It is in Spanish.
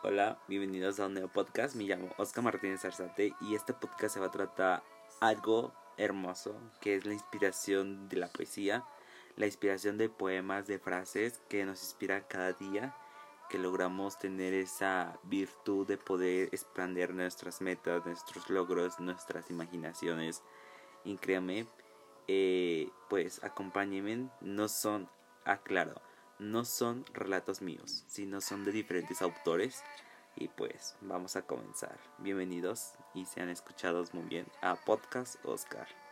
Hola, bienvenidos a un nuevo podcast. Me llamo Oscar Martínez Arzate y este podcast se va a tratar algo hermoso, que es la inspiración de la poesía, la inspiración de poemas, de frases que nos inspiran cada día, que logramos tener esa virtud de poder expandir nuestras metas, nuestros logros, nuestras imaginaciones. Y créanme, pues acompáñenme, aclaro, no son relatos míos, sino son de diferentes autores. Y pues vamos a comenzar. Bienvenidos y sean escuchados muy bien a Podcast Oscar.